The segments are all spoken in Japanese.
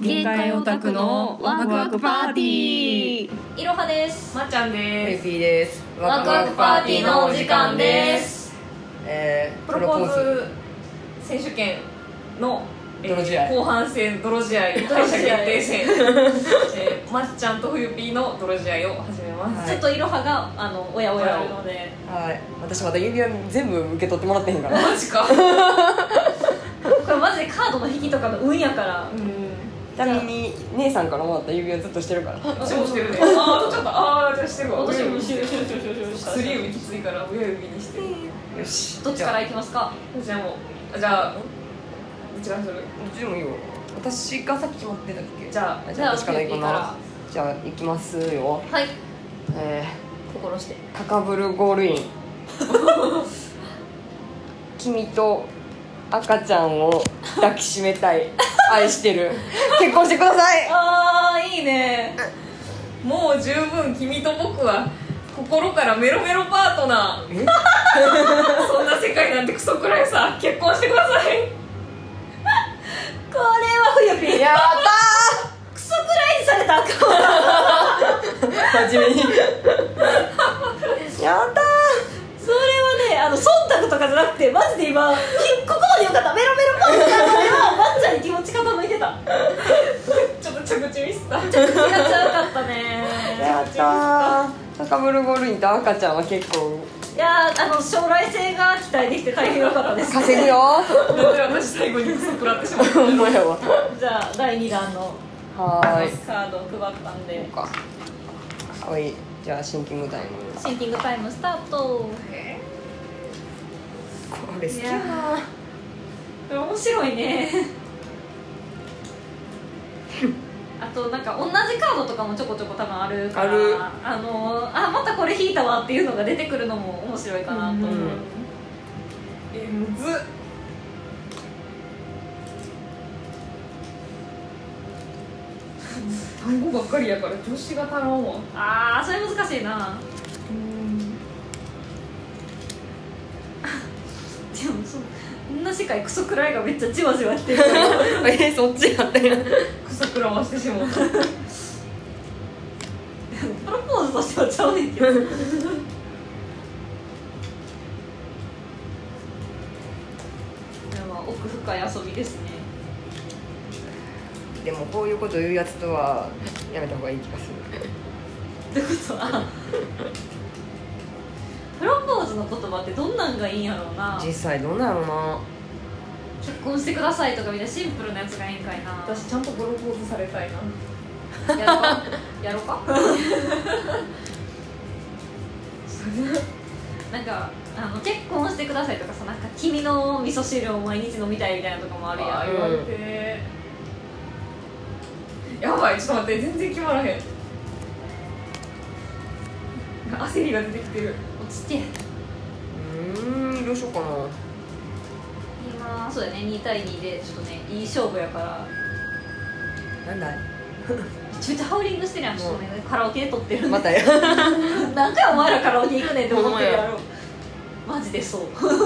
限界オタクのワクワクパーティー。 いろはです。 まっちゃんです。 ピーです。 ワクワクパーティーのお時間です。 プロポーズ選手権の、 泥試合後半戦泥試合敗者決定戦まっちゃんと冬ピーの泥試合を始めます、 はい、 ちょっといろはがおやおやあるので、 はい、私まだ指輪全部受け取ってもらってへんからマジかこれマジでカードの引きとかの運やから。 ちなみに姉さんからもらった指輪ずっとしてるから私もしてるね。ちょっとじゃあしてるわ。 私もしてる。 薬指きついから親指にしてる。 よし、 どっちからいきますか？ じゃあもうじゃあどっちからする？ どっちでもいいよ。私がさっき決まってたっけ？ じゃあ私からいくな。じゃあ行きますよ。 はい。心して高ブルゴールイン君と赤ちゃんを抱きしめたい愛してる結婚してください。 あーいいね。 もう十分君と僕は心からメロメロパートナー。そんな世界なんてクソくらいさ。結婚してください。 これは冬ピーやったクソくらいにされたらあかんわ真面目にやったそれはね、忖度とかじゃなくてマジで今ここまでよかった。メロメロパートナーまではまっちゃんに気持ち傾いてた。 ちょっと着地ミスった。 着地が強かったね。 やった高ブルゴールインと赤ちゃんは結構いや将来性が期待できて大変良かったです、ね、 稼ぐよなんで私最後にクソ食らってしまったほんまやわ。 じゃあ第2弾のはーいカードを配ったんで、 そうか。はい、じゃあシンキングタイム。 シンキングタイムスタート。 これ好きやな。 面白いね。あとなんか同じカードとかもちょこちょこ多分あるから、またこれ引いたわっていうのが出てくるのも面白いかなと思う、 むずっ。単語ばっかりやから女子が足らんわ。 それ難しいな。でもそんな世界クソくらいがめっちゃじわじわしてるそっちやったよ。 クソ食らわしてしまった。 プロポーズとしてはちゃうねんけど。奥深い遊びですね。 でもこういうこと言うやつとはやめた方がいい気がする。 ってことはプロポーズの言葉ってどんなんがいいんやろうな。 実際どうなのな。 結婚してくださいとかみたいなシンプルなやつがいいんかいな。 私ちゃんとプロポーズされたいな。 やろうかなんか結婚してくださいとかさ、なんか君の味噌汁を毎日飲みたいみたいなとかもあるやん。 言われて、やばい、ちょっと待って、全然決まらへん。焦りが出てきてる。 落ちてどうしようかな。 今そうだね、2対2でちょっとねいい勝負やから。 なんだいめちゃめちゃハウリングしてるやん。ちょっとねカラオケで撮ってるんでまたや何回お前らカラオケ行くねんって思ってるやろ。マジでそう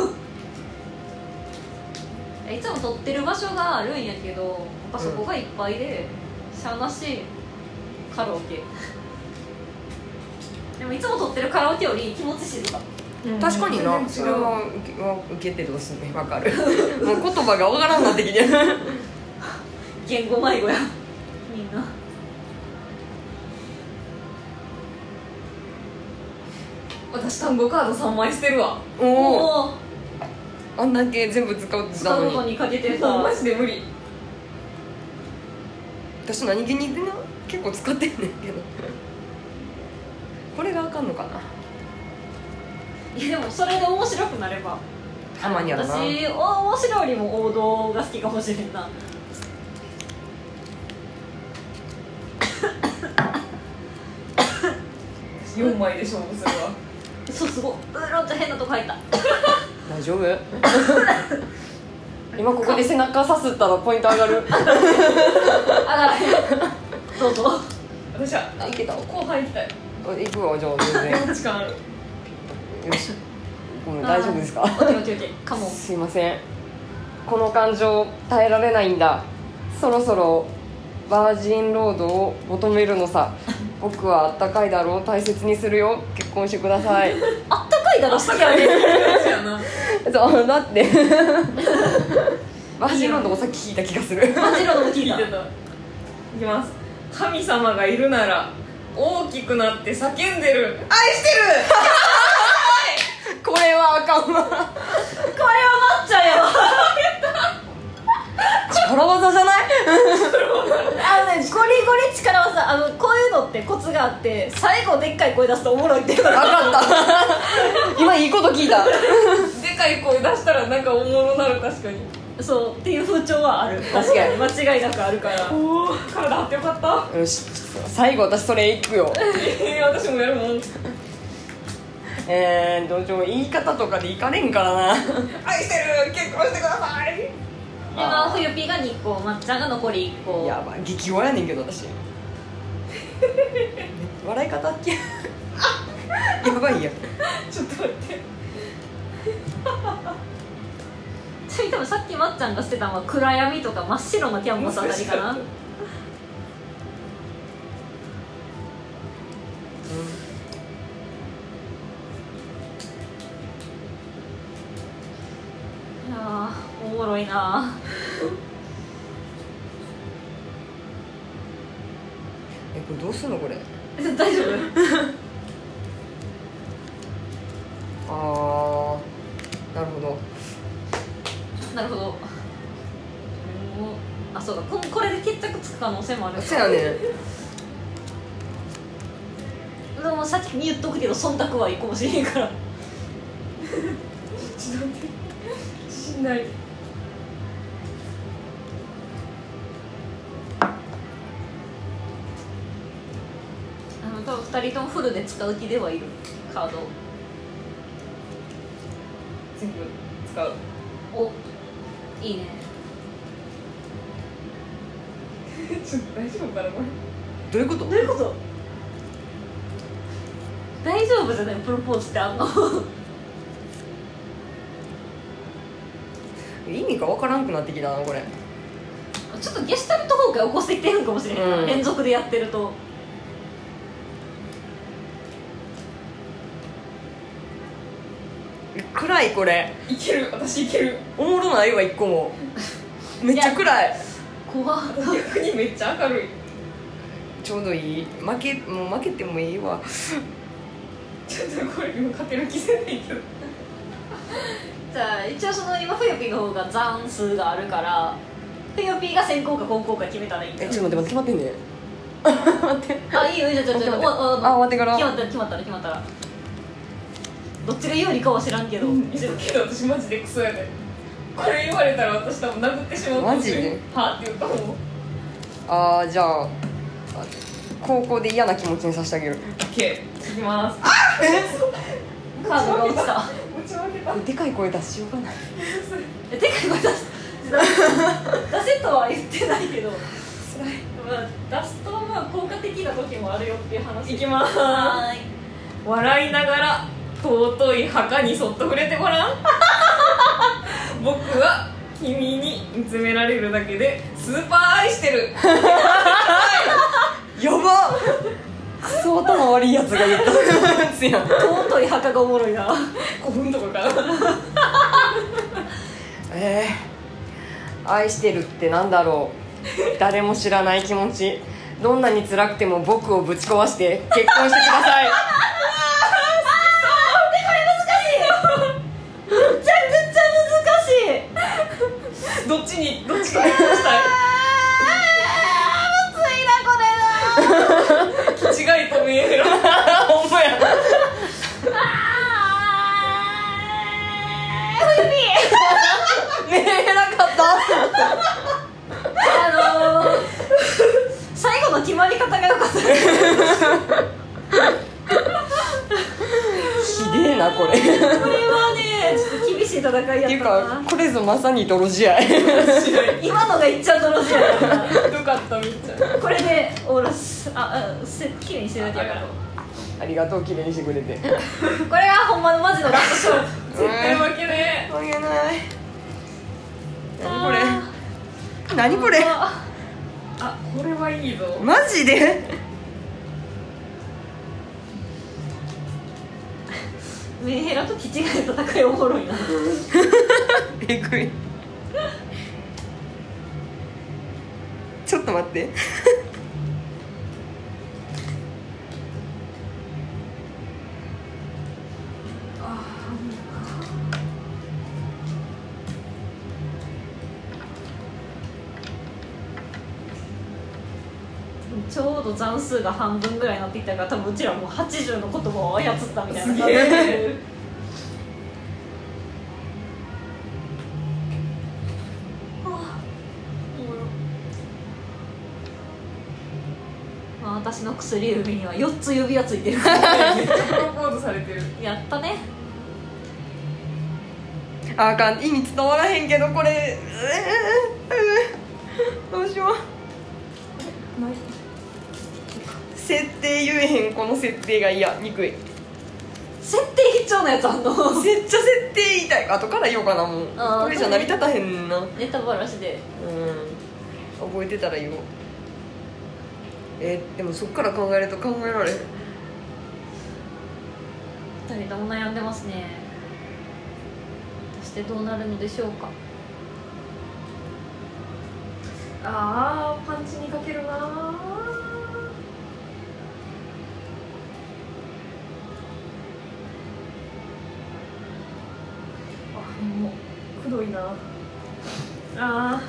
いつも撮ってる場所があるんやけど、やっぱそこがいっぱいで、しゃあなしカラオケでもいつも撮ってるカラオケより気持ち静か。 確かにな。それは受けてどうすんねん。分かるもう言葉が分からんなってきて言語迷子やみんな。 私単語カード3枚捨てるわ。 おお、 おあんだけ全部使うって使うのたのに。 にかけてさマジで無理。 私何気にな結構使ってんねんけどこれがあかんのかな。 いやでもそれで面白くなれば。 たまにやろな。 私面白いよりも王道が好きかもしれんな。 4枚で勝負するわ。 そうすごい。ウーロン茶変なとこ入った。 大丈夫今ここで背中さすったらポイント上がる上がらへん。どうぞ。 私はいけた。 後輩行きたい。 行くわ。じゃあ全然時間ある。 よし、ごめん、大丈夫ですか。 オッケーオッケーオッケー。カモン。 すいません、この感情耐えられないんだ。そろそろバージンロードを求めるのさ。僕はあったかいだろう、大切にするよ、結婚してください。 あったかいだろ好きやねやな。 そうだってバージンロードもさっき聞いた気がする。 バジロのも聞いた。 聞いてた。いきます。神様がいるなら大きくなって叫んでる、愛してる。 これはあかんわ。 これはまっちゃんやわ。 力技じゃない？ ゴリゴリ力技。こういうのってコツがあって、最後でっかい声出すとおもろいっていうのが分かった今いいこと聞いた。 でかい声出したらなんかおもろなる。確かに。 そうっていう風潮はある。 確かに間違いなくあるから。 おお、体張ってよかった。 よし、最後私それいくよ。 私もやるもん。 どうしよう、言い方とかでいかれんからな。 愛してる、結婚してください。 今冬ピーが2個、まっちゃんが残り1個。 やばい、激弱やねんけど私笑い方ってやばいや。 ちょっと待って。 多分さっきまっちゃんがしてたのは暗闇とか真っ白なキャンバスあたりかな。いやーおもろいな。 これどうすんのこれ。 大丈夫？ なるほど。 なるほど。あ、そうだ、これで決着つく可能性もある。 そうやね。 でもさっきに言っとくけど忖度はいいかもしれへんから。 ちょっと待って。しんない。 多分2人ともフルで使う気ではいるカード。 全部使う。 お、いいね。 ちょっと大丈夫かなこれ。 どういうこと？ どういうこと？大丈夫じゃない？プロポーズってあんの？ 意味がわからんくなってきたなこれ。 ちょっとゲシュタルト崩壊起こしてきてるかもしれない、連続でやってると。 暗いこれ。 いける、私いける。 おもろないわ一個も。めっちゃ暗い。 怖っ。 逆にめっちゃ明るい。 ちょうどいい。もう負けてもいいわ。 ちょっとこれ今勝てる気せないけど。 じゃあ一応その今ふよぴーの方が残数があるからふよぴーが先行か後攻か決めたらいいんだよ。 ちょっと待って決まってんね。待って。 あ、いいよ、じゃあ待って終わってから決まったらどっちが有利かは知らんけど、 けど私マジでクソやで。これ言われたら私多分殴ってしまうかもしれん。 マジではって言ったもん。 じゃあ高校で嫌な気持ちにさせてあげる。 OK、いきます。 カードが落ちた。 持ち負けた。 でかい声出しようがない。 でかい声出せとは言ってないけど、出すとまあ効果的な時もあるよっていう話。 いきまーす。 はーい。 笑いながら尊い墓にそっと触れてごらん。僕は君に見つめられるだけでスーパー愛してる。 やばっ。クソ頭悪いやつが言ったやつやん。 尊い墓がおもろいな。 5分とかかな。 愛してるってなんだろう。誰も知らない気持ち。どんなに辛くても僕をぶち壊して結婚してください。 どっちと結婚したい？違いと見える。 ほんまや。ねえなかった。 最後の決まり方が良かった。 ひでえなこれ。 これはね、ちょっと厳しい戦いやったな。 っていうかこれぞまさに泥試合。 今のがいっちゃ泥仕合だったな。 よかっためっちゃ。 これでオーラスきれいにしてるだけやから。 ありがとう、綺麗にしてくれて。 これがほんまのマジのラスト勝負。 絶対負けね負けない。何これ。何これ。 あ、これはいいぞ。 マジでメンヘラとキチガイの戦いおもろいな。 えぐい。ちょっと待ってちょうど残数が半分ぐらいになってきたから多分うちらもう80の言葉を操ったみたいな感じすげえまあ私の薬指には4つ指輪ついてるめっちゃプロポーズされてる。 やったね。 あかん、意味伝わらへんけどこれどうしよう。設定言えへん、この設定が嫌、憎い。 設定必要なやつあんの？ めっちゃ設定言いたい。後から言おうかな、もうあーこれじゃ成り立たへんねんな。 ネタバラシで。 覚えてたら言おう。でもそっから考えると考えられへん。 2人とも悩んでますね。果たしてどうなるのでしょうか。 あー、パンチにかけるなー。あ、もうくどいなあ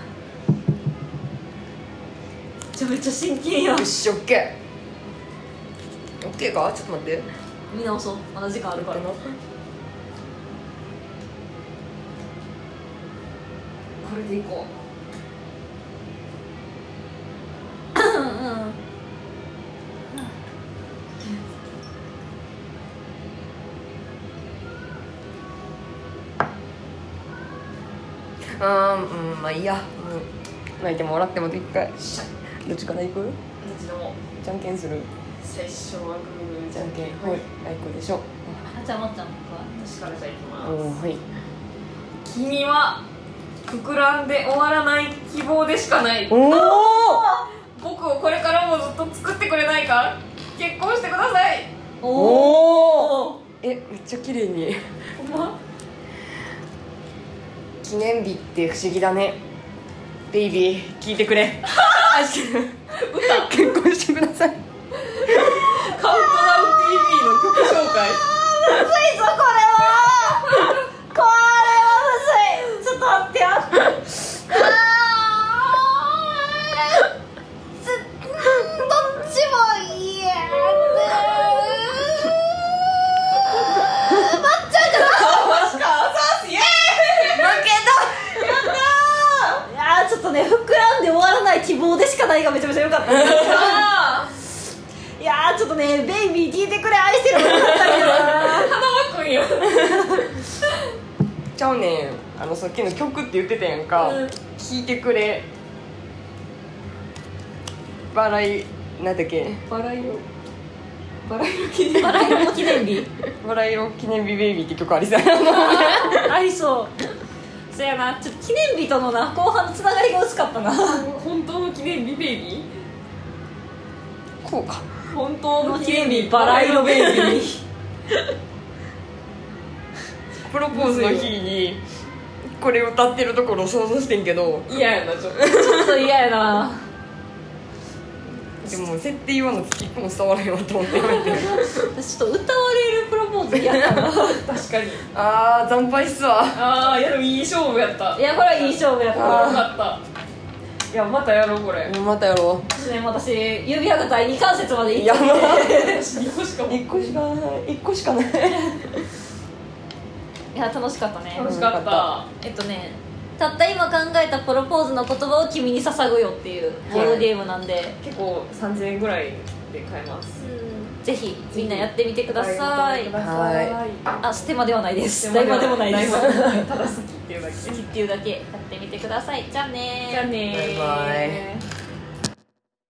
めちゃめちゃ真剣や。 よし、オッケー。オッケーか、ちょっと待って。 見直そう、まだ時間あるから。 これでいこうんうん。 まあいいや。泣いても笑っても一回。 う。しゃどっちから行く？ どっちでもじゃんけんする。 最初はグーじゃんけん。 ははいい。あいこでしょ。 あちゃまっちゃんか。 私からじゃあいきます。 おー、はい。 君は膨らんで終わらない希望でしかない。 おお。 僕をこれからもずっと作ってくれないか。結婚してください。 おお。めっちゃ綺麗に。 ほんま。 記念日って不思議だね。ベイビー聞いてくれ。 歌結婚してください。 カウントダウン TV の曲紹介。 むずいぞこれは。これはむずい。ちょっと待ってよ。どっちもいいや。まっちゃんかな。 マジか。イエーイ。 いやーちょっとね、膨らんで終わらない希望でしかないがめちゃめちゃ良かった。いやーちょっとね、ベイビー聞いてくれ、愛してるもよかったけどな。 花輪くんや。 ちゃうねん、さっきの曲って言ってたやんか、聞いてくれ、バラい、なんだっけ、バラ色記念日、 バラ色記念日バラ色記念日ベイビーって曲ありそうやな。 ありそう。そやな、ちょっと記念日とのな、後半のつながりが薄かったな。 本当の記念日ベイビー。 こうか。 本当の記念日バラ色ベイビー。 プロポーズの日にこれ歌ってるところを想像してんけど、 嫌やな、ちょっと。 ちょっと嫌やな。 でも設定言わんの一個も伝わらへんわと思って私ちょっと歌われるプロポーズ嫌だな。 確かに。 あー、惨敗っすわ。 あー、いやでもいい勝負やった。 いや、これはいい勝負やった。 よかった。いや、またやろうこれ。 またやろちょっとね、私指輪が第2関節までう。 いっちゃって。 2個しかも。 一個しかない、一個しかない。 いや、楽しかったね。 楽しかった。 たった今考えたプロポーズの言葉を君に捧ぐよっていうボードゲームなんで、 結構3000円ぐらいで買えます。 ぜひみんなやってみてください。 はあ、ステマではないです。大マでもないです。好ただ好きっていうだけ。 きっていうだけやってみてください。じゃあねー。 じゃあねー。 バイバイ。